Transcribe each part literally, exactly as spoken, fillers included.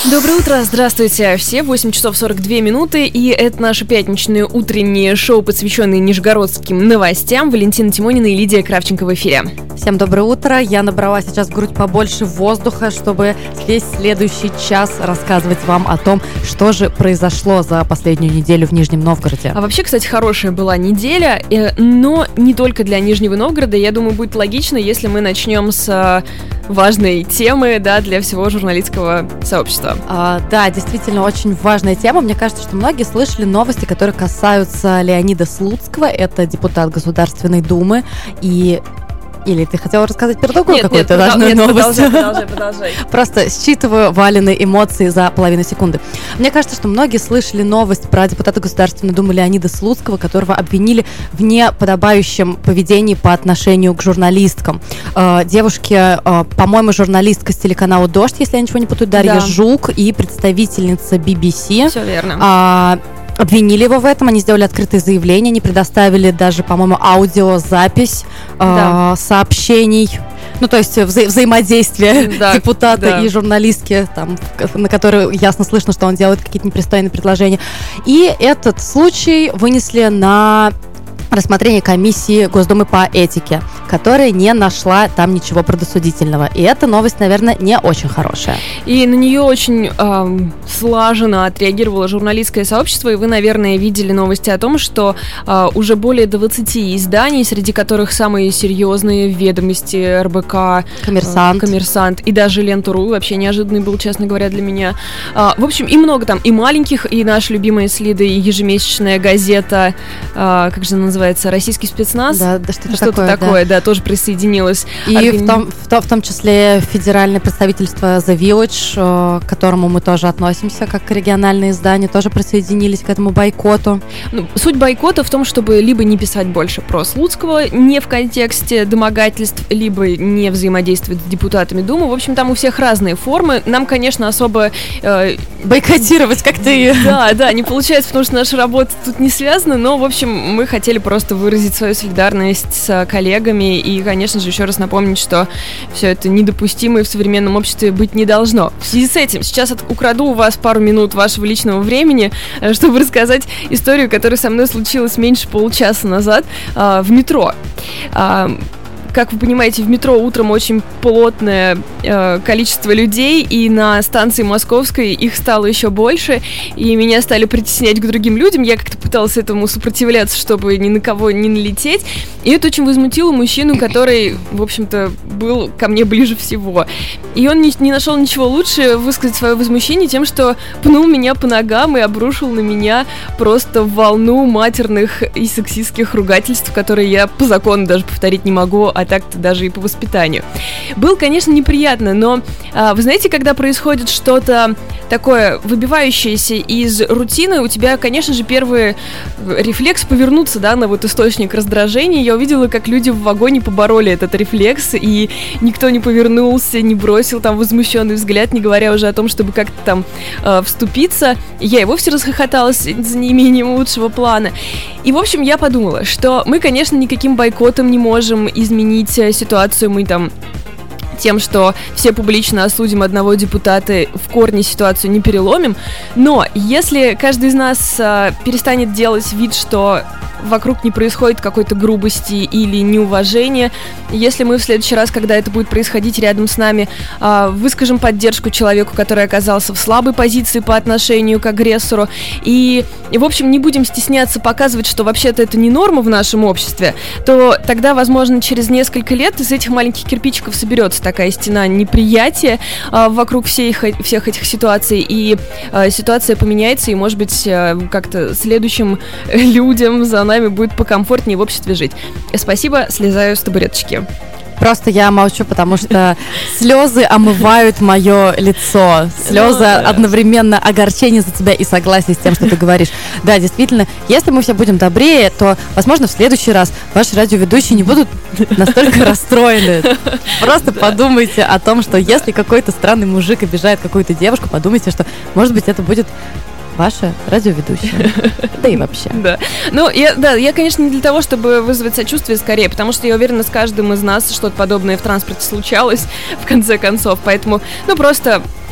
Доброе утро, здравствуйте все, восемь часов сорок две минуты, и это наше пятничное утреннее шоу, посвященное нижегородским новостям. Валентина Тимонина и Лидия Кравченко в эфире. Всем доброе утро, я набрала сейчас в грудь побольше воздуха, чтобы весь следующий час рассказывать вам о том, что же произошло за последнюю неделю в Нижнем Новгороде. А вообще, кстати, хорошая была неделя, но не только для Нижнего Новгорода. Я думаю, будет логично, если мы начнем с важной темы, да, для всего журналистского сообщества. А, да, действительно, очень важная тема. Мне кажется, что многие слышали новости, которые касаются Леонида Слуцкого. Это депутат Государственной Думы. И... Или ты хотела рассказать про другую нет, какую-то нет, важную нет, новость? Продолжай, продолжай, продолжай. Просто считываю Валины эмоции за половину секунды. Мне кажется, что многие слышали новость про депутата Государственной Думы Леонида Слуцкого, которого обвинили в неподобающем поведении по отношению к журналисткам. Девушки, по-моему, журналистка с телеканала «Дождь», если я ничего не путаю, Дарья да. Жук и представительница би би си. Все верно. Обвинили его в этом, они сделали открытые заявления, они предоставили даже, по-моему, аудиозапись да. э, сообщений, ну, то есть вза- взаимодействие да, депутата да. и журналистки, там, на которые ясно слышно, что он делает какие-то непристойные предложения. И этот случай вынесли на рассмотрение комиссии Госдумы по этике, которая не нашла там ничего предосудительного. И эта новость, наверное, не очень хорошая. И на нее очень эм, слаженно отреагировало журналистское сообщество, и вы, наверное, видели новости о том, что э, уже более двадцати изданий, среди которых самые серьезные «Ведомости», эр бэ ка, «Коммерсант», э, «Коммерсант» и даже «Лента.ру», вообще неожиданный был, честно говоря, для меня. Э, в общем, и много там, и маленьких, и наши любимые «Следы», и ежемесячная газета, э, как же называется, «Российский спецназ». Да, да что-то, что-то такое, такое, да. да, тоже присоединилось. И Органи... в, том, в, том, в том числе федеральное представительство The Village, к которому мы тоже относимся, как региональные издания, тоже присоединились к этому бойкоту. Ну, суть бойкота в том, чтобы либо не писать больше про Слуцкого, не в контексте домогательств, либо не взаимодействовать с депутатами Думы. В общем, там у всех разные формы. Нам, конечно, особо... Э... Бойкотировать, как ты... Да, да, не получается, потому что наша работа тут не связана, но, в общем, мы хотели просто выразить свою солидарность с коллегами и, конечно же, еще раз напомнить, что все это недопустимо и в современном обществе быть не должно. В связи с этим сейчас украду у вас пару минут вашего личного времени, чтобы рассказать историю, которая со мной случилась меньше получаса назад э, в метро. Э, Как вы понимаете, в метро утром очень плотное э, количество людей, и на станции Московской их стало еще больше, и меня стали притеснять к другим людям. Я как-то пыталась этому сопротивляться, чтобы ни на кого не налететь, и это очень возмутило мужчину, который, в общем-то, был ко мне ближе всего. И он не, не нашел ничего лучше высказать свое возмущение тем, что пнул меня по ногам и обрушил на меня просто волну матерных и сексистских ругательств, которые я по закону даже повторить не могу, а так-то даже и по воспитанию. Было, конечно, неприятно, но а, вы знаете, когда происходит что-то такое выбивающееся из рутины, у тебя, конечно же, первый рефлекс повернуться, да, на вот источник раздражения. Я увидела, как люди в вагоне побороли этот рефлекс, и никто не повернулся, не бросил там возмущенный взгляд, не говоря уже о том, чтобы как-то там э, вступиться. Я и вовсе расхохоталась за неимением лучшего плана. И, в общем, я подумала, что мы, конечно, никаким бойкотом не можем изменить ситуацию, мы там тем, что все публично осудим одного депутата, в корне ситуацию не переломим, но если каждый из нас а, перестанет делать вид, что вокруг не происходит какой-то грубости или неуважения, если мы в следующий раз, когда это будет происходить рядом с нами, выскажем поддержку человеку, который оказался в слабой позиции по отношению к агрессору, и, и в общем, не будем стесняться показывать, что вообще-то это не норма в нашем обществе, то тогда, возможно, через несколько лет из этих маленьких кирпичиков соберется такая стена неприятия вокруг всех, всех этих ситуаций, и ситуация поменяется, и, может быть, как-то следующим людям за нами будет покомфортнее в обществе жить. Спасибо, слезаю с табуреточки. Просто я молчу, потому что слезы омывают мое лицо. Слезы одновременно огорчение за тебя и согласие с тем, что ты говоришь. Да, действительно, если мы все будем добрее, то, возможно, в следующий раз ваши радиоведущие не будут настолько расстроены. Просто подумайте о том, что если какой-то странный мужик обижает какую-то девушку, подумайте, что, может быть, это будет ваша радиоведущая. Да и вообще. Да. Ну, я, да, я, конечно, не для того, чтобы вызвать сочувствие скорее, потому что я уверена, с каждым из нас что-то подобное в транспорте случалось, в конце концов. Поэтому, ну, просто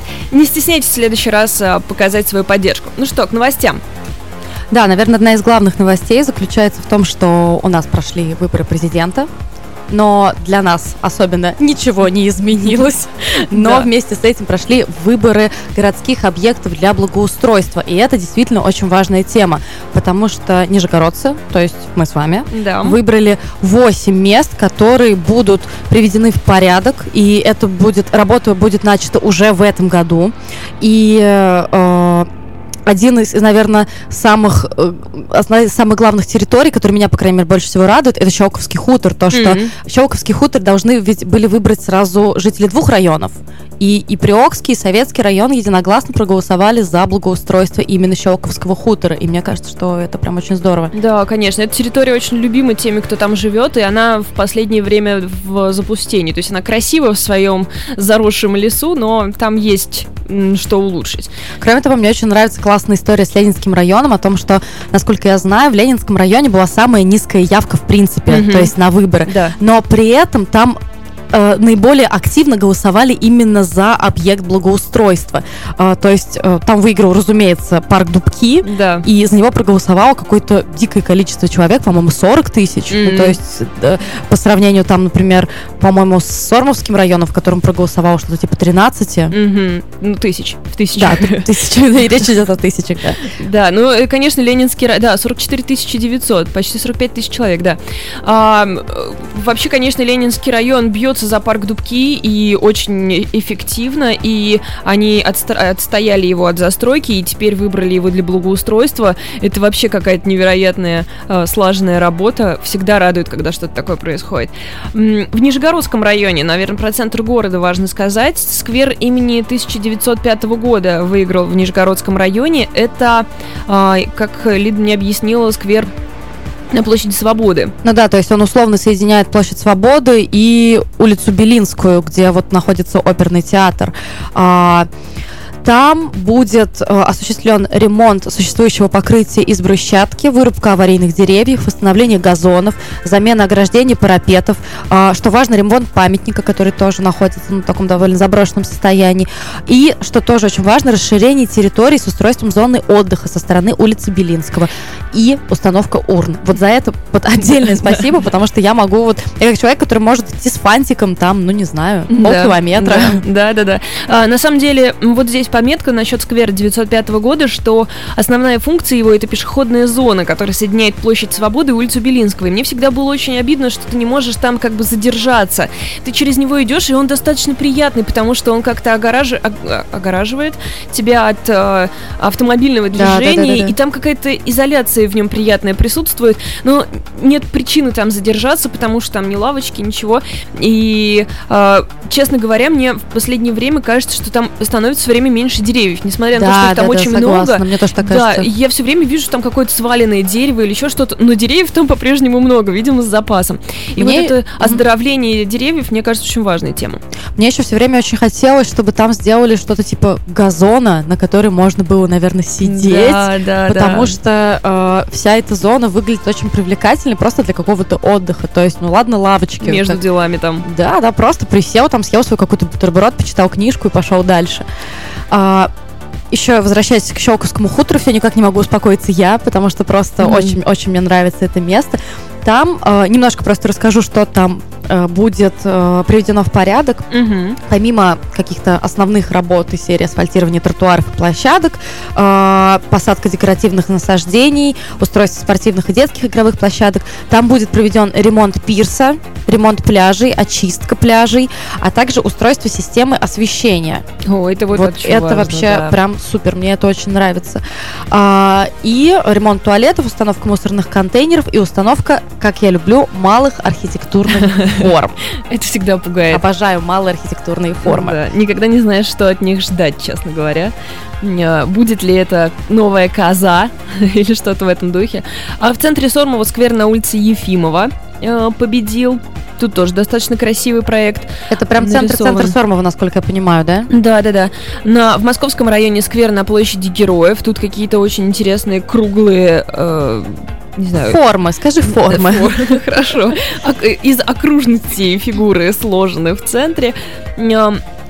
не стесняйтесь в следующий раз показать свою поддержку. Ну что, к новостям. Да, наверное, одна из главных новостей заключается в том, что у нас прошли выборы президента. Но для нас особенно ничего не изменилось. Но да. вместе с этим прошли выборы городских объектов для благоустройства. И это действительно очень важная тема, потому что нижегородцы, то есть мы с вами, да. выбрали восемь мест, которые будут приведены в порядок. И это будет, работа будет начата уже в этом году. И э, один из, наверное, самых, самых главных территорий, который меня, по крайней мере, больше всего радует, это Щелковский хутор. То, что mm-hmm. Щелковский хутор должны ведь были выбрать сразу жители двух районов. И, и Приокский, и Советский район единогласно проголосовали за благоустройство именно Щелковского хутора. И мне кажется, что это прям очень здорово. Да, конечно. Эта территория очень любима теми, кто там живет, и она в последнее время в запустении. То есть она красива в своем заросшем лесу, но там есть что улучшить. Кроме того, мне очень нравится классная история с Ленинским районом о том, что, насколько я знаю, в Ленинском районе была самая низкая явка в принципе, mm-hmm. то есть на выборы. Да. Но при этом там э, наиболее активно голосовали именно за объект благоустройства. Э, то есть э, там выиграл, разумеется, парк Дубки, да. и за него проголосовало какое-то дикое количество человек, по-моему, сорок тысяч. Mm-hmm. Ну, то есть э, по сравнению там, например, по-моему, с Сормовским районом, в котором проголосовало что-то типа тринадцать. Mm-hmm. Ну, тысяч. В тысячах. Да, тысячи. Речь идет о тысячах, да. Да, ну, конечно, Ленинский район, да, сорок четыре тысячи девятьсот, почти сорок пять тысяч человек, да. А, вообще, конечно, Ленинский район бьется за парк Дубки и очень эффективно, и они отсто- отстояли его от застройки и теперь выбрали его для благоустройства. Это вообще какая-то невероятная э, слаженная работа. Всегда радует, когда что-то такое происходит. В Нижегородском районе, наверное, про центр города важно сказать, сквер имени тысяча девятьсот пятого года выиграл в Нижегородском районе. Это, э, как Лида мне объяснила, сквер на площади Свободы. Ну да, то есть он условно соединяет площадь Свободы и улицу Белинскую, где вот находится оперный театр. А, там будет э, осуществлен ремонт существующего покрытия из брусчатки, вырубка аварийных деревьев, восстановление газонов, замена ограждений, парапетов. Э, что важно, ремонт памятника, который тоже находится ну, в таком довольно заброшенном состоянии. И, что тоже очень важно, расширение территории с устройством зоны отдыха со стороны улицы Белинского и установка урн. Вот за это вот отдельное спасибо, потому что я могу вот, я как человек, который может идти с фантиком там, ну не знаю, полкилометра. Да, да, да. А, на самом деле, вот здесь пометка насчет сквера девятьсот пятого года, что основная функция его — это пешеходная зона, которая соединяет площадь Свободы и улицу Белинского. И мне всегда было очень обидно, что ты не можешь там как бы задержаться. Ты через него идешь, и он достаточно приятный, потому что он как-то огораж... огораживает тебя от э, автомобильного движения, да, да, да, да, да. И там какая-то изоляция в нем приятная присутствует. Но нет причины там задержаться, потому что там ни лавочки, ничего. И, э, честно говоря, мне в последнее время кажется, что там становится все время меньше деревьев, несмотря на да, то, что их там да, очень да, согласна. много. Мне тоже так да, кажется. я все время вижу там какое-то сваленное дерево или еще что-то, но деревьев там по-прежнему много, видимо, с запасом. И мне... вот это оздоровление mm-hmm. деревьев, мне кажется, очень важная тема. Мне еще все время очень хотелось, чтобы там сделали что-то типа газона, на который можно было, наверное, сидеть, да, да, потому да. что э, вся эта зона выглядит очень привлекательной просто для какого-то отдыха. То есть, ну ладно, лавочки. Между так. делами там. Да, да, просто присел там, съел свой какой-то бутерброд, почитал книжку и пошел дальше. А, еще возвращаясь к Щелковскому хутору, все никак не могу успокоиться я, потому что просто очень-очень mm-hmm. мне нравится это место. Там э, немножко просто расскажу, что там э, будет э, приведено в порядок. Mm-hmm. Помимо каких-то основных работ из серии асфальтирования тротуаров и площадок, э, посадка декоративных насаждений, устройство спортивных и детских игровых площадок, там будет проведен ремонт пирса, ремонт пляжей, очистка пляжей, а также устройство системы освещения. О, это вот, вот это важно, вообще да. прям супер, мне это очень нравится. А, и ремонт туалетов, установка мусорных контейнеров и установка, как я люблю, малых архитектурных форм. Это всегда пугает. Обожаю малые архитектурные формы. Да, никогда не знаешь, что от них ждать, честно говоря. Будет ли это новая коза или что-то в этом духе. А в центре Сормова сквер на улице Ефимова победил. Тут тоже достаточно красивый проект. Это прям центр, центр Сормова, насколько я понимаю, да? Да, да, да. На, в Московском районе сквер на площади Героев. Тут какие-то очень интересные круглые... Э, не знаю. Формы, скажи формы. Хорошо. Из окружностей фигуры сложены в центре.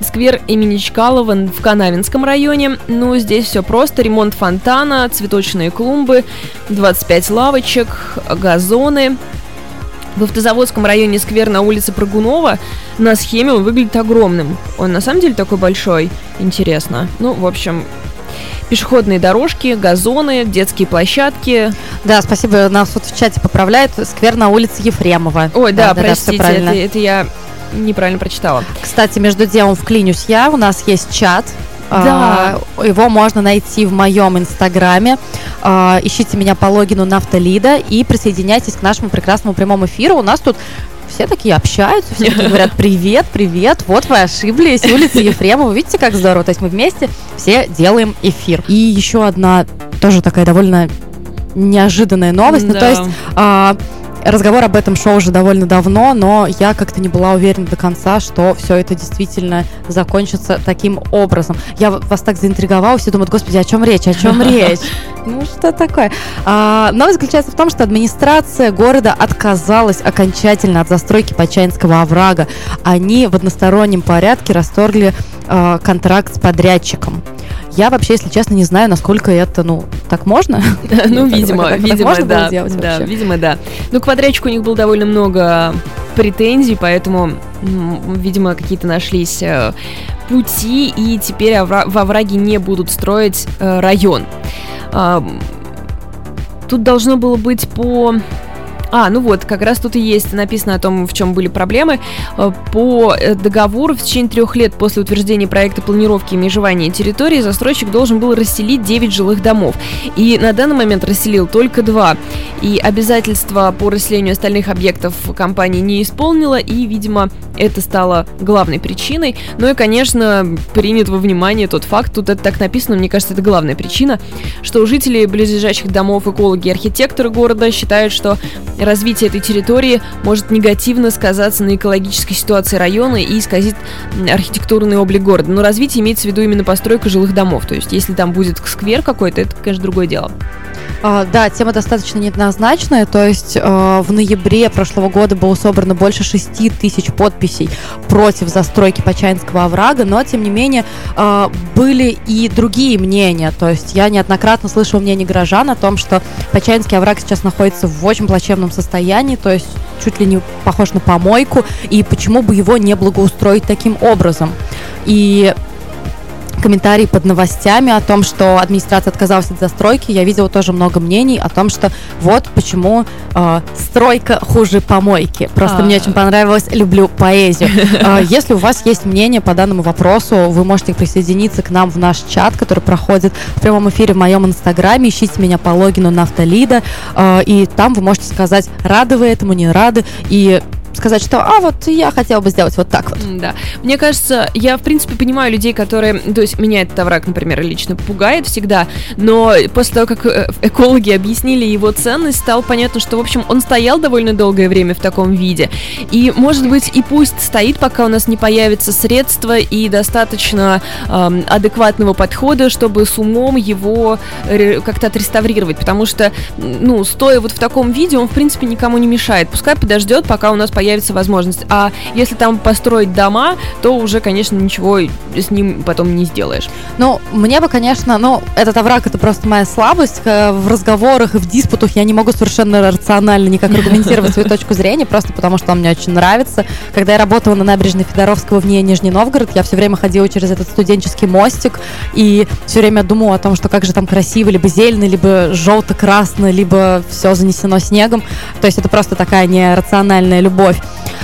сквер имени Чкалова в Канавинском районе. Ну, здесь все просто. Ремонт фонтана, цветочные клумбы, двадцать пять лавочек, газоны. В Автозаводском районе сквер на улице Прыгунова на схеме он выглядит огромным. Он на самом деле такой большой. Интересно. Ну, в общем, пешеходные дорожки, газоны, детские площадки. Да, спасибо. Нас вот в чате поправляют. Сквер на улице Ефремова. Ой, да, да простите, да, это, это я неправильно прочитала. Кстати, между делом вклинюсь я. У нас есть чат. Да. Uh, его можно найти в моем инстаграме. Uh, ищите меня по логину Нафталида и присоединяйтесь к нашему прекрасному прямому эфиру. У нас тут все такие общаются, все такие говорят: привет, привет, вот вы ошиблись, улица Ефремова. Видите, как здорово. То есть мы вместе все делаем эфир. И еще одна тоже такая довольно неожиданная новость. Да. Ну, то есть uh, разговор об этом шоу уже довольно давно, но я как-то не была уверена до конца, что все это действительно закончится таким образом. Я вас так заинтриговала, все думают: господи, о чем речь, о чем речь? Ну, что такое? А, новость заключается в том, что администрация города отказалась окончательно от застройки Почаинского оврага. Они в одностороннем порядке расторгли а, контракт с подрядчиком. Я вообще, если честно, не знаю, насколько это, ну, так можно? Ну, видимо, видимо, да. Да, видимо, да. Ну, к подрядчику у них было довольно много претензий, поэтому, видимо, какие-то нашлись пути, и теперь в овраге не будут строить район. Тут должно было быть по... А, ну вот, как раз тут и есть написано о том, в чем были проблемы. По договору в течение трех лет после утверждения проекта планировки и межевания территории застройщик должен был расселить девять жилых домов. И на данный момент расселил только два. И обязательства по расселению остальных объектов компания не исполнила, и, видимо, это стало главной причиной. Ну и, конечно, принят во внимание тот факт, тут это так написано, мне кажется, это главная причина, что жители близлежащих домов, экологи и архитекторы города считают, что развитие этой территории может негативно сказаться на экологической ситуации района и исказить архитектурный облик города. Но развитие имеется в виду именно постройка жилых домов. То есть, если там будет сквер какой-то, это, конечно, другое дело. Uh, да, тема достаточно неоднозначная, то есть uh, в ноябре прошлого года было собрано больше шести тысяч подписей против застройки Почаинского оврага, но, тем не менее, uh, были и другие мнения, то есть я неоднократно слышала мнение горожан о том, что Почаинский овраг сейчас находится в очень плачевном состоянии, то есть чуть ли не похож на помойку, и почему бы его не благоустроить таким образом. И комментарии под новостями о том, что администрация отказалась от застройки, я видела тоже много мнений о том, что вот почему э, стройка хуже помойки. Просто А-а-а. Мне очень понравилось, люблю поэзию. Э, если у вас есть мнение по данному вопросу, вы можете присоединиться к нам в наш чат, который проходит в прямом эфире в моем инстаграме. Ищите меня по логину Нафталида, э, и там вы можете сказать, рады вы этому, не рады, и сказать, что а вот я хотела бы сделать вот так вот. Да. Мне кажется, я в принципе понимаю людей, которые, то есть меня этот овраг, например, лично пугает всегда, но после того, как экологи объяснили его ценность, стало понятно, что, в общем, он стоял довольно долгое время в таком виде. И, может быть, и пусть стоит, пока у нас не появятся средства и достаточно эм, адекватного подхода, чтобы с умом его ре- как-то отреставрировать, потому что, ну, стоя вот в таком виде, он, в принципе, никому не мешает. Пускай подождет, пока у нас появится появится возможность. А если там построить дома, то уже, конечно, ничего с ним потом не сделаешь. Ну, мне бы, конечно, ну, этот овраг — это просто моя слабость. В разговорах и в диспутах я не могу совершенно рационально никак аргументировать свою точку зрения, просто потому что он мне очень нравится. Когда я работала на набережной Федоровского в НИИ Нижний Новгород, я все время ходила через этот студенческий мостик и все время думала о том, что как же там красиво, либо зелено, либо желто-красно, либо все занесено снегом. То есть это просто такая нерациональная любовь.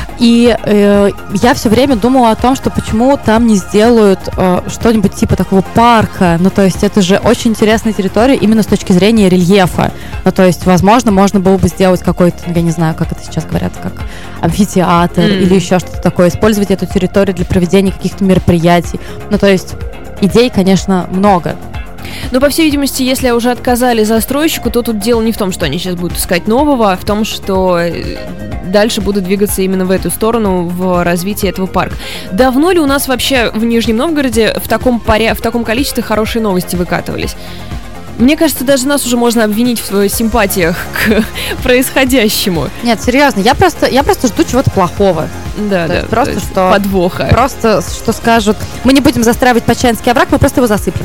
И э, я все время думала о том, что почему там не сделают э, что-нибудь типа такого парка. Ну, то есть это же очень интересная территория именно с точки зрения рельефа. Ну, то есть, возможно, можно было бы сделать какой-то, я не знаю, как это сейчас говорят, как амфитеатр mm. или еще что-то такое. Использовать эту территорию для проведения каких-то мероприятий. Ну, то есть идей, конечно, много. Но, по всей видимости, если уже отказали застройщику, то тут дело не в том, что они сейчас будут искать нового, а в том, что дальше будут двигаться именно в эту сторону, в развитии этого парка. Давно ли у нас вообще в Нижнем Новгороде в таком, поря... в таком количестве хорошие новости выкатывались? Мне кажется, даже нас уже можно обвинить в симпатиях к происходящему. Нет, серьезно, я просто, я просто жду чего-то плохого. Да, то да. Есть просто то есть что подвоха. Просто что скажут, мы не будем застраивать Почаинский овраг, мы просто его засыплем.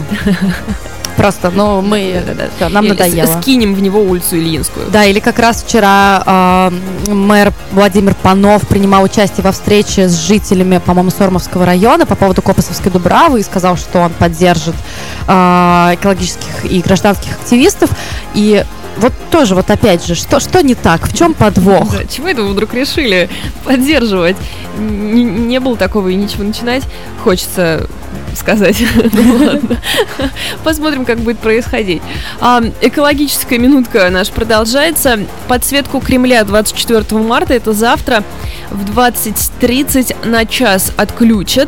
Просто, ну, мы, да, да, все, нам или надоело. Скинем в него улицу Ильинскую. Да, или как раз вчера э, мэр Владимир Панов принимал участие во встрече с жителями, по-моему, Сормовского района по поводу Копосовской Дубравы и сказал, что он поддержит э, экологических и гражданских активистов. И вот тоже, вот опять же, что, что не так? В чем подвох? Да, чего это вы вдруг решили поддерживать? Не, не было такого и ничего начинать. Хочется сказать. Ну ладно. Посмотрим, как будет происходить. А, экологическая минутка наша продолжается. Подсветку Кремля двадцать четвёртого марта, это завтра, в двадцать тридцать на час отключат.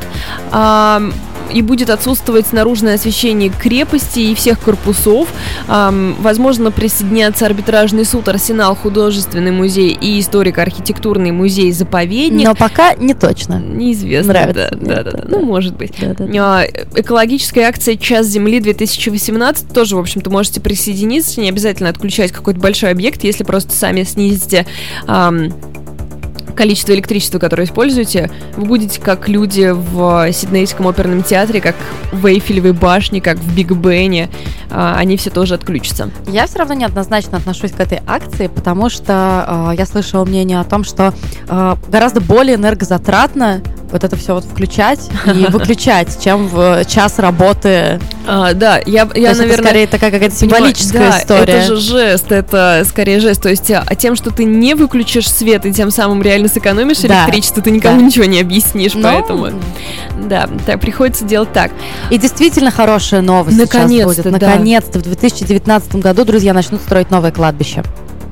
А, и будет отсутствовать наружное освещение крепости и всех корпусов. Эм, возможно, присоединятся Арбитражный суд, Арсенал, Художественный музей и Историко-архитектурный музей-заповедник. Но пока не точно. Неизвестно. Нравится. Да, Нет, да, да, да, да. да. Ну, может быть. Да, да, да. Экологическая акция «Час Земли» две тысячи восемнадцать. Тоже, в общем-то, можете присоединиться. Не обязательно отключать какой-то большой объект, если просто сами снизите эм, количество электричества, которое используете, вы будете как люди в Сиднейском оперном театре, как в Эйфелевой башне, как в Биг Бене. А, они все тоже отключатся. Я все равно неоднозначно отношусь к этой акции, потому что э, я слышала мнение о том, что э, гораздо более энергозатратно вот это все вот включать и выключать, чем в час работы. А, да, я, я наверное... Это скорее такая какая-то символическая да, история. это же жест, это скорее жест. То есть а тем, что ты не выключишь свет и тем самым реально сэкономишь да, электричество, ты никому да. ничего не объяснишь, Но... поэтому... Да, так, приходится делать так. И действительно хорошая новость Наконец-то, сейчас будет. Да. Наконец-то в две тысячи девятнадцатом году, друзья, начнут строить новое кладбище.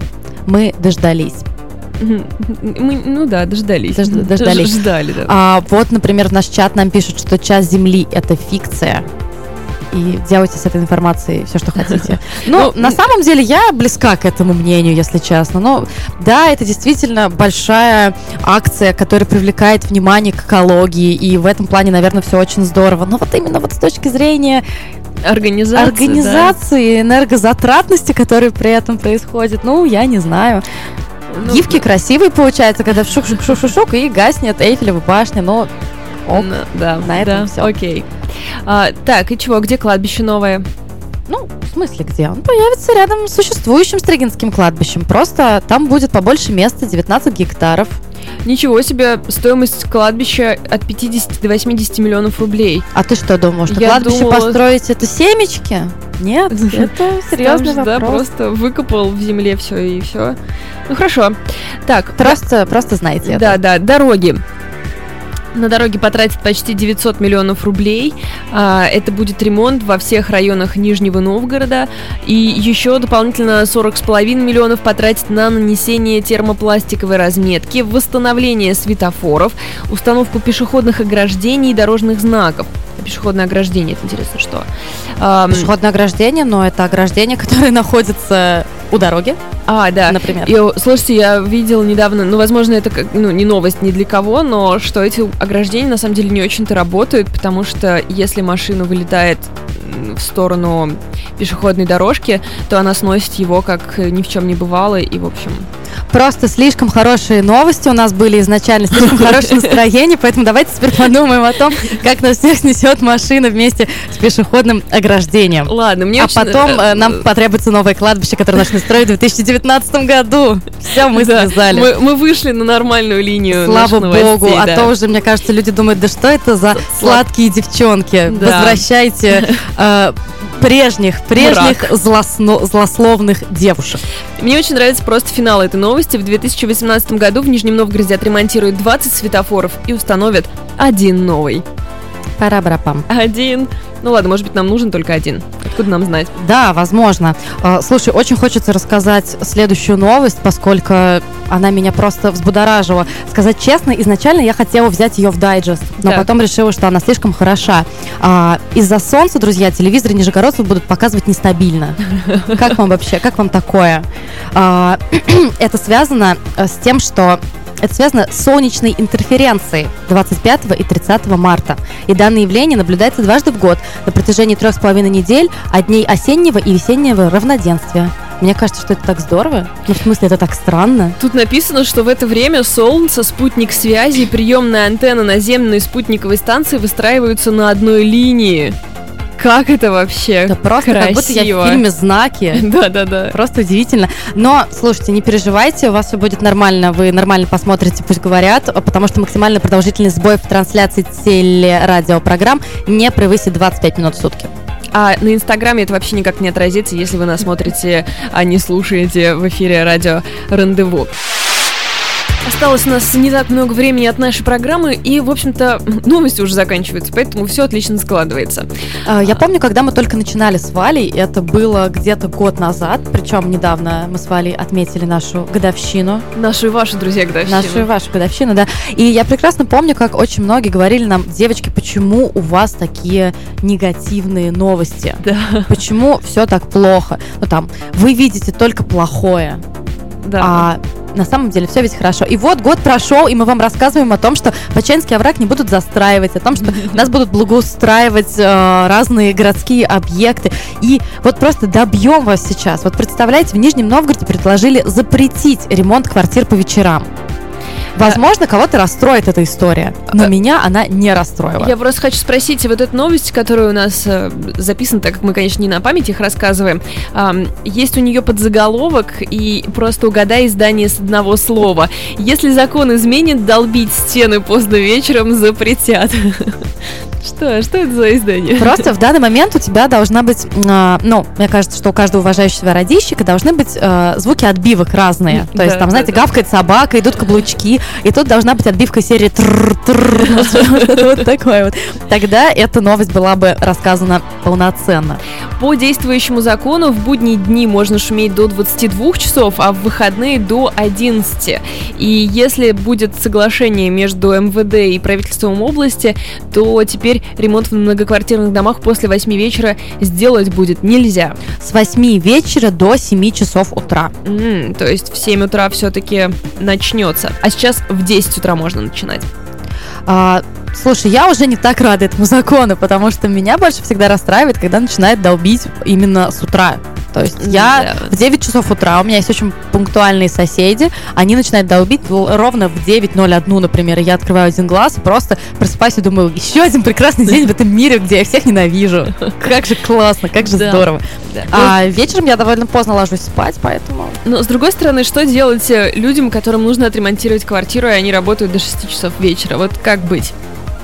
Мы дождались. Мы, ну да, дождались. Дож, дождались. Ждали, да. А, вот, например, в наш чат нам пишут, что «Час Земли» — это фикция. И делайте с этой информацией все, что хотите. Ну, на самом деле, я близка к этому мнению, если честно. Но да, это действительно большая акция, которая привлекает внимание к экологии. И в этом плане, наверное, все очень здорово. Но вот именно вот с точки зрения Организации, организации, да. энергозатратности, которые при этом происходят, ну, я не знаю. Ну, гифки да. красивые получаются, когда шук-шук-шук-шук и гаснет Эйфелева башня, но ок, ну, да, на этом да, все. Окей. А, так, и чего, где кладбище новое? Ну, в смысле где? Он появится рядом с существующим Строгинским кладбищем, просто там будет побольше места, девятнадцать гектаров. Ничего себе, стоимость кладбища от пятидесяти до восьмидесяти миллионов рублей. А ты что думал, что Я кладбище думала... построить это семечки? Нет, это серьезный вопрос. Да, просто выкопал в земле все и все. Ну хорошо. Так, просто, просто знаете. Да, да, дороги. На дороге потратят почти девятьсот миллионов рублей. Это будет ремонт во всех районах Нижнего Новгорода. И еще дополнительно сорок с половиной миллионов потратят на нанесение термопластиковой разметки, восстановление светофоров, установку пешеходных ограждений и дорожных знаков. Пешеходное ограждение, это интересно, что? Пешеходное ограждение, но это ограждение, которое находится у дороги. А, да. Например. И, слушайте, я видела недавно, ну, возможно, это ну, не новость ни для кого, но что эти ограждения на самом деле не очень-то работают, потому что если машина вылетает в сторону пешеходной дорожки, то она сносит его, как ни в чем не бывало, и, в общем... Просто слишком хорошие новости у нас были изначально, слишком хорошее настроение, поэтому давайте теперь подумаем о том, как нас всех несет машина вместе с пешеходным ограждением. Ладно, мне А очень... потом э, нам потребуется новое кладбище, которое начнут строить в две тысячи девятнадцатом году. Все, мы да, связали. Мы, мы вышли на нормальную линию. Слава новостей, богу, да. А то уже, мне кажется, люди думают, да что это за сладкие девчонки? Да. Возвращайте э, прежних, прежних злосно, злословных девушек. Мне очень нравится просто финал этой новости. В две тысячи восемнадцатом году в Нижнем Новгороде отремонтируют двадцать светофоров и установят один новый. Пара-бара-пам. Один. Ну ладно, может быть, нам нужен только один. Откуда нам знать? Да, возможно. Слушай, очень хочется рассказать следующую новость, поскольку она меня просто взбудоражила. Сказать честно, изначально я хотела взять ее в дайджест, но так. потом решила, что она слишком хороша. Из-за солнца, друзья, телевизоры нижегородцев будут показывать нестабильно. Как вам вообще? Как вам такое? Это связано с тем, что Это связано с солнечной интерференцией двадцать пятого и тридцатого марта. И данное явление наблюдается дважды в год на протяжении трех с половиной недель от дней осеннего и весеннего равноденствия. Мне кажется, что это так здорово. Ну, в смысле, это так странно. Тут написано, что в это время Солнце, спутник связи и приемная антенна наземной спутниковой станции выстраиваются на одной линии. Как это вообще? Да просто красиво. Как будто я в фильме «Знаки». Да-да-да. Просто удивительно. Но, слушайте, не переживайте, у вас все будет нормально, вы нормально посмотрите, пусть говорят, потому что максимальная продолжительность сбоев в трансляции телерадиопрограмм не превысит двадцать пять минут в сутки. А на Инстаграме это вообще никак не отразится, если вы нас смотрите, а не слушаете в эфире радио «Рандеву». Осталось у нас не так много времени от нашей программы, и, в общем-то, новости уже заканчиваются, поэтому все отлично складывается. Я помню, когда мы только начинали с Валей, это было где-то год назад, причем недавно мы с Валей отметили нашу годовщину. Нашу и вашу, друзья, годовщину. Нашу и вашу годовщину, да. И я прекрасно помню, как очень многие говорили нам: девочки, почему у вас такие негативные новости? Да. Почему все так плохо? Ну там, вы видите только плохое. Да. А на самом деле все ведь хорошо. И вот год прошел, и мы вам рассказываем о том, что Почаевский овраг не будут застраивать, о том, что нас будут благоустраивать э, разные городские объекты. И вот просто добьем вас сейчас. Вот представляете, в Нижнем Новгороде предложили запретить ремонт квартир по вечерам. Возможно, кого-то расстроит эта история, но меня она не расстроила. Я просто хочу спросить, вот эта новость, которая у нас э, записана, так как мы, конечно, не на память их рассказываем, э, есть у нее подзаголовок, и просто угадай издание с одного слова. Если закон изменит, долбить стены поздно вечером запретят. Что? Что это за издание? Просто в данный момент у тебя должна быть, э, ну, мне кажется, что у каждого уважающего радищика должны быть э, звуки отбивок разные. То есть, да, там, знаете, да, гавкает собака, идут каблучки, и тут должна быть отбивка серии вот такое вот. Тогда эта новость была бы рассказана полноценно. По действующему закону в будние дни можно шуметь до двадцати двух часов, а в выходные до одиннадцати. И если будет соглашение между эм вэ дэ и правительством области, то теперь ремонт в многоквартирных домах после восьми вечера сделать будет нельзя. С восьми вечера до семи часов утра. Mm, то есть в семь утра все-таки начнется. А сейчас в десять утра можно начинать. А, слушай, я уже не так рада этому закону, потому что меня больше всегда расстраивает, когда начинает долбить именно с утра. То есть я да. в девять часов утра, у меня есть очень пунктуальные соседи, они начинают долбить ровно в девять ноль один, например, и я открываю один глаз и просто просыпаюсь и думаю: еще один прекрасный день в этом мире, где я всех ненавижу. Как же классно, как же да. здорово. Да. А вечером я довольно поздно ложусь спать, поэтому... Но, с другой стороны, что делать людям, которым нужно отремонтировать квартиру, и они работают до шести часов вечера? Вот как быть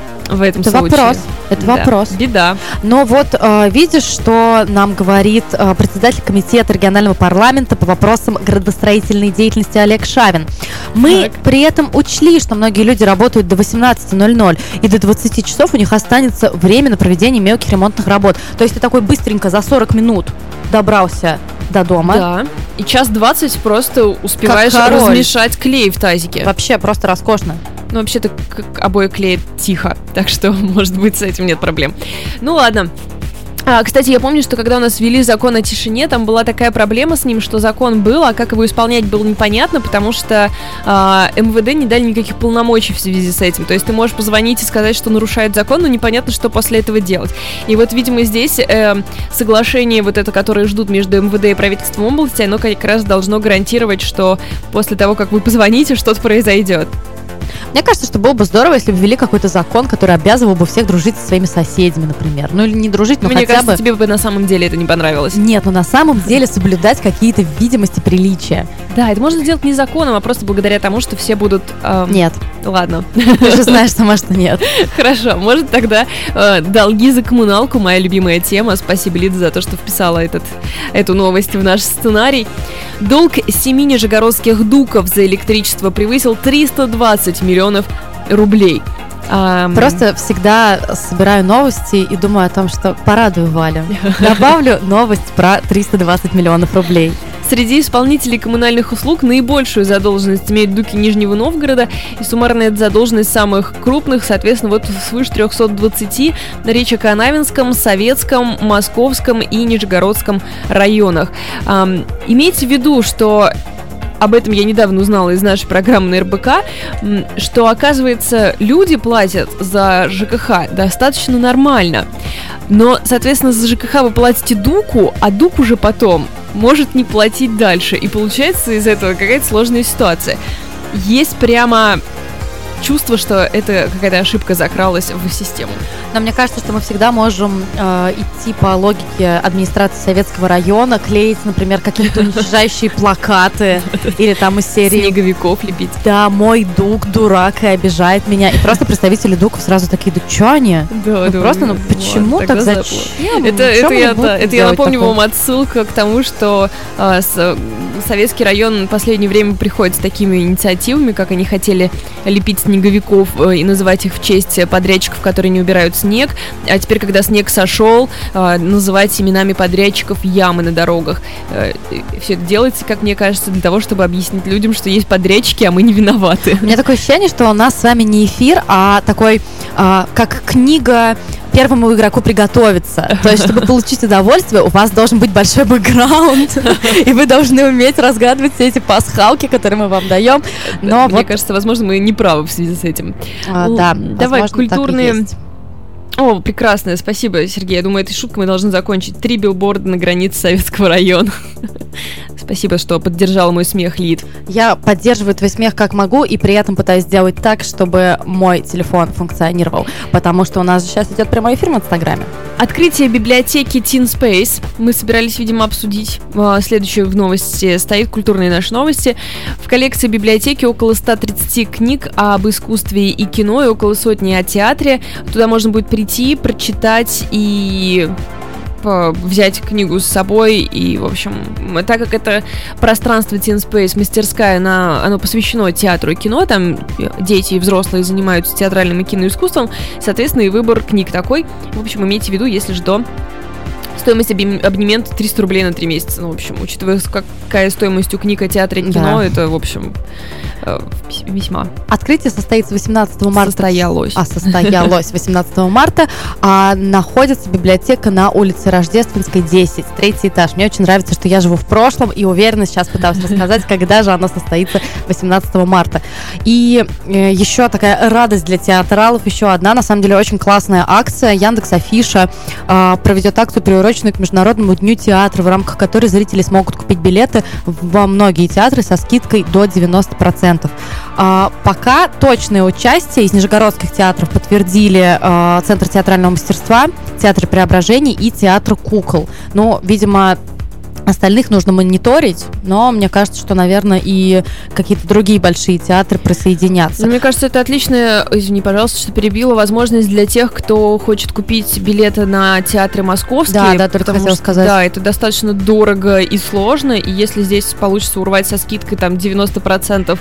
в этом это случае? Вопрос. Это да. вопрос. Беда. Но вот э, видишь, что нам говорит э, председатель комитета регионального парламента по вопросам градостроительной деятельности Олег Шавин. Мы так. при этом учли, что многие люди работают до восемнадцати ноль-ноль, и до двадцати часов у них останется время на проведение мелких ремонтных работ. То есть ты такой быстренько за сорок минут добрался до дома. Да. И час двадцать просто успеваешь размешать клей в тазике. Вообще просто роскошно. Ну, вообще-то обои клеят тихо, так что, может быть, с этим нет проблем. Ну, ладно. А, кстати, я помню, что когда у нас ввели закон о тишине, там была такая проблема с ним, что закон был, а как его исполнять было непонятно, потому что а, эм вэ дэ не дали никаких полномочий в связи с этим. То есть ты можешь позвонить и сказать, что нарушает закон, но непонятно, что после этого делать. И вот, видимо, здесь э, соглашение вот это, которое ждут между эм вэ дэ и правительством области, оно как раз должно гарантировать, что после того, как вы позвоните, что-то произойдет. Мне кажется, что было бы здорово, если бы ввели какой-то закон, который обязывал бы всех дружить со своими соседями, например. Ну или не дружить, но Мне хотя кажется, бы... тебе бы на самом деле это не понравилось. Нет, но на самом деле соблюдать какие-то видимости приличия. Да, это можно сделать не законом, а просто благодаря тому, что все будут... Эм... Нет. Ладно. Ты же знаешь сама, что нет. Хорошо, может тогда э, долги за коммуналку, моя любимая тема. Спасибо, Лида, за то, что вписала этот, эту новость в наш сценарий. Долг семи нижегородских дуков за электричество превысил триста двадцать миллионов рублей. Um... Просто всегда собираю новости и думаю о том, что порадую Валю. Добавлю новость про триста двадцать миллионов рублей. Среди исполнителей коммунальных услуг наибольшую задолженность имеют дуки Нижнего Новгорода, и суммарная задолженность самых крупных, соответственно, вот свыше триста двадцать. Речь о Канавинском, Советском, Московском и Нижегородском районах. Um, имейте в виду, что об этом я недавно узнала из нашей программы на эр бэ ка, что, оказывается, люди платят за ЖКХ достаточно нормально. Но, соответственно, за ЖКХ вы платите ДУКу, а ДУК уже потом может не платить дальше. И получается из этого какая-то сложная ситуация. Есть прямо чувство, что это какая-то ошибка закралась в систему. Но мне кажется, что мы всегда можем э, идти по логике администрации Советского района, клеить, например, какие-то уничтожающие плакаты или там из серии снеговиков лепить. Да, мой ДУК дурак и обижает меня. И просто представители ДУКов сразу такие: да что они? Да, да. Просто, ну почему так, зачем? Это я напомню вам отсылка к тому, что Советский район в последнее время приходит с такими инициативами, как они хотели лепить снеговиков и называть их в честь подрядчиков, которые не убирают снег, а теперь, когда снег сошел, называть именами подрядчиков ямы на дорогах. Все это делается, как мне кажется, для того, чтобы объяснить людям, что есть подрядчики, а мы не виноваты. У меня такое ощущение, что у нас с вами не эфир, а такой, как книга первому игроку приготовиться. То есть, чтобы получить удовольствие, у вас должен быть большой бэкграунд, и вы должны уметь разгадывать все эти пасхалки, которые мы вам даем. Но мне вот... кажется, возможно, мы не правы в связи с этим. А, да, давай возможно, культурные... О, прекрасно, спасибо, Сергей. Я думаю, этой шуткой мы должны закончить. Три билборда на границе Советского района. Спасибо, что поддержал мой смех, Лид. Я поддерживаю твой смех как могу, и при этом пытаюсь сделать так, чтобы мой телефон функционировал, потому что у нас сейчас идет прямой эфир в Инстаграме. Открытие библиотеки Teen Space мы собирались, видимо, обсудить. Следующее в новости стоит, культурные наши новости. В коллекции библиотеки около ста тридцати книг об искусстве и кино, и около сотни о театре. Туда можно будет прийти, прочитать и... взять книгу с собой. И, в общем, так как это пространство Teen Space, мастерская, она, оно посвящено театру и кино, там дети и взрослые занимаются театральным и киноискусством, соответственно, и выбор книг такой. В общем, имейте в виду, если что, стоимость абонемента триста рублей на три месяца. Ну, в общем, учитывая, какая стоимость у книг о театре и кино, да. Это, в общем, весьма. Открытие состоится восемнадцатого марта. Состоялось. А, состоялось восемнадцатого марта. А находится библиотека на улице Рождественской, десять, третий этаж. Мне очень нравится, что я живу в прошлом и уверена сейчас пытаюсь рассказать, когда же оно состоится восемнадцатого марта. И э, еще такая радость для театралов, еще одна, на самом деле, очень классная акция. Яндекс.Афиша э, проведет акцию, приуроченную к Международному дню театра, в рамках которой зрители смогут купить билеты во многие театры со скидкой до девяносто процентов. А, пока точное участие из нижегородских театров подтвердили а, Центр театрального мастерства, Театр Преображений и Театр кукол. Ну, видимо, остальных нужно мониторить, но мне кажется, что, наверное, и какие-то другие большие театры присоединятся. Мне кажется, это отличная, извини, пожалуйста, что перебила, возможность для тех, кто хочет купить билеты на театры московские. Да, да, только хотела что, сказать. Да, это достаточно дорого и сложно, и если здесь получится урвать со скидкой там девяносто процентов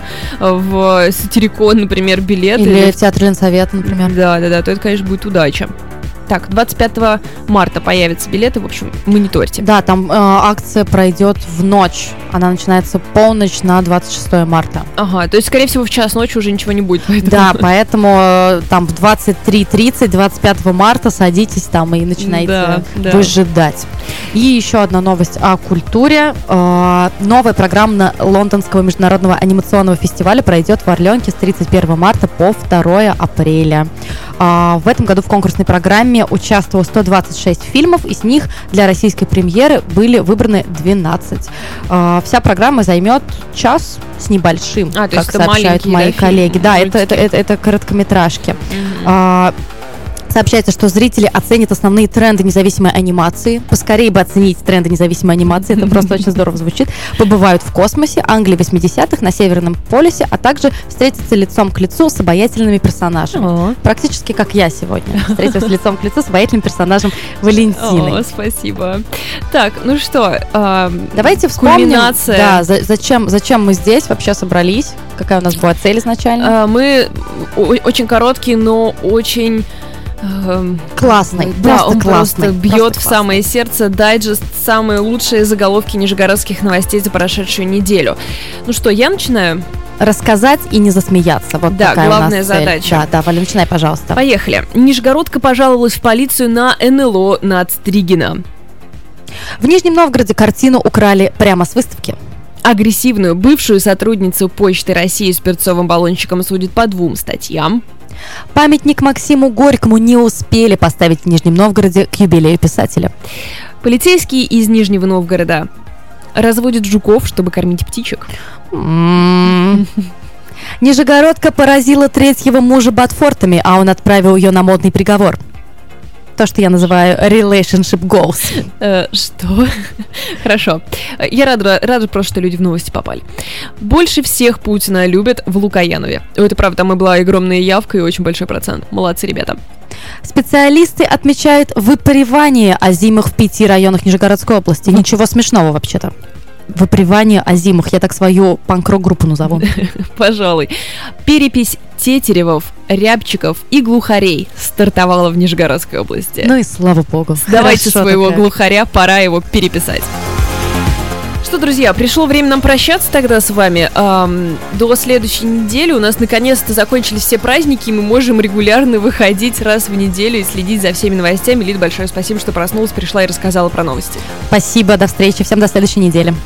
в Сатирикон, например, билеты. Или, или в Театр Ленсовета, например. Да, да, да, то это, конечно, будет удача. Так, двадцать пятого марта появятся билеты, в общем, мониторьте. Да, там э, акция пройдет в ночь. Она начинается полночь на двадцать шестого марта. Ага, то есть, скорее всего, в час ночи уже ничего не будет. Поэтому... Да, поэтому э, там в двадцать три тридцать, двадцать пятого марта садитесь там и начинайте да, да. выжидать. И еще одна новость о культуре. Э, новая программа Лондонского международного анимационного фестиваля пройдет в Орленке с тридцать первого марта по второго апреля. Э, в этом году в конкурсной программе участвовало сто двадцать шесть фильмов, из них для российской премьеры были выбраны двенадцать. Э, вся программа займет час с небольшим, а, как сообщают мои да, коллеги. Фильм, да, это, это, это, это короткометражки. Mm-hmm. Э, Сообщается, что зрители оценят основные тренды независимой анимации. Поскорее бы оценить тренды независимой анимации, это просто очень здорово звучит. Побывают в космосе, Англии восьмидесятых, на Северном полюсе, а также встретятся лицом к лицу с обаятельными персонажами. О. Практически как я сегодня. Встретилась лицом к лицу с обаятельным персонажем Валентиной. О, спасибо. Так, ну что, э, давайте вспомним, да, за, зачем, зачем мы здесь вообще собрались, какая у нас была цель изначально. Э, мы очень короткие, но очень... Классный, да, просто он классный, просто бьет просто в самое сердце. Дайджест, самые лучшие заголовки нижегородских новостей за прошедшую неделю. Ну что, я начинаю? Рассказать и не засмеяться. Вот да, такая главная у нас цель. задача. Да, да, Валя, начинай, пожалуйста. Поехали. Нижегородка пожаловалась в полицию на эн эл о Нацтригина. В Нижнем Новгороде картину украли прямо с выставки. Агрессивную бывшую сотрудницу Почты России с перцовым баллончиком судят по двум статьям. Памятник Максиму Горькому не успели поставить в Нижнем Новгороде к юбилею писателя. Полицейские из Нижнего Новгорода разводят жуков, чтобы кормить птичек. Нижегородка поразила третьего мужа ботфортами, а он отправил ее на модный приговор. То, что я называю relationship goals. Э, что? Хорошо. Я рада, рада просто, что люди в новости попали. Больше всех Путина любят в Лукоянове. Это правда, там и была огромная явка и очень большой процент. Молодцы, ребята. Специалисты отмечают выпаревание озимых в пяти районах Нижегородской области. Ничего смешного вообще-то. Выпаревание озимых. Я так свою панк-рок-группу назову. Пожалуй. Перепись тетеревов, рябчиков и глухарей стартовала в Нижегородской области. Ну и слава богу. Давайте своего глухаря, пора его переписать. Что, друзья, пришло время нам прощаться тогда с вами. Эм, до следующей недели. У нас наконец-то закончились все праздники, и мы можем регулярно выходить раз в неделю и следить за всеми новостями. Лид, большое спасибо, что проснулась, пришла и рассказала про новости. Спасибо, до встречи. Всем до следующей недели.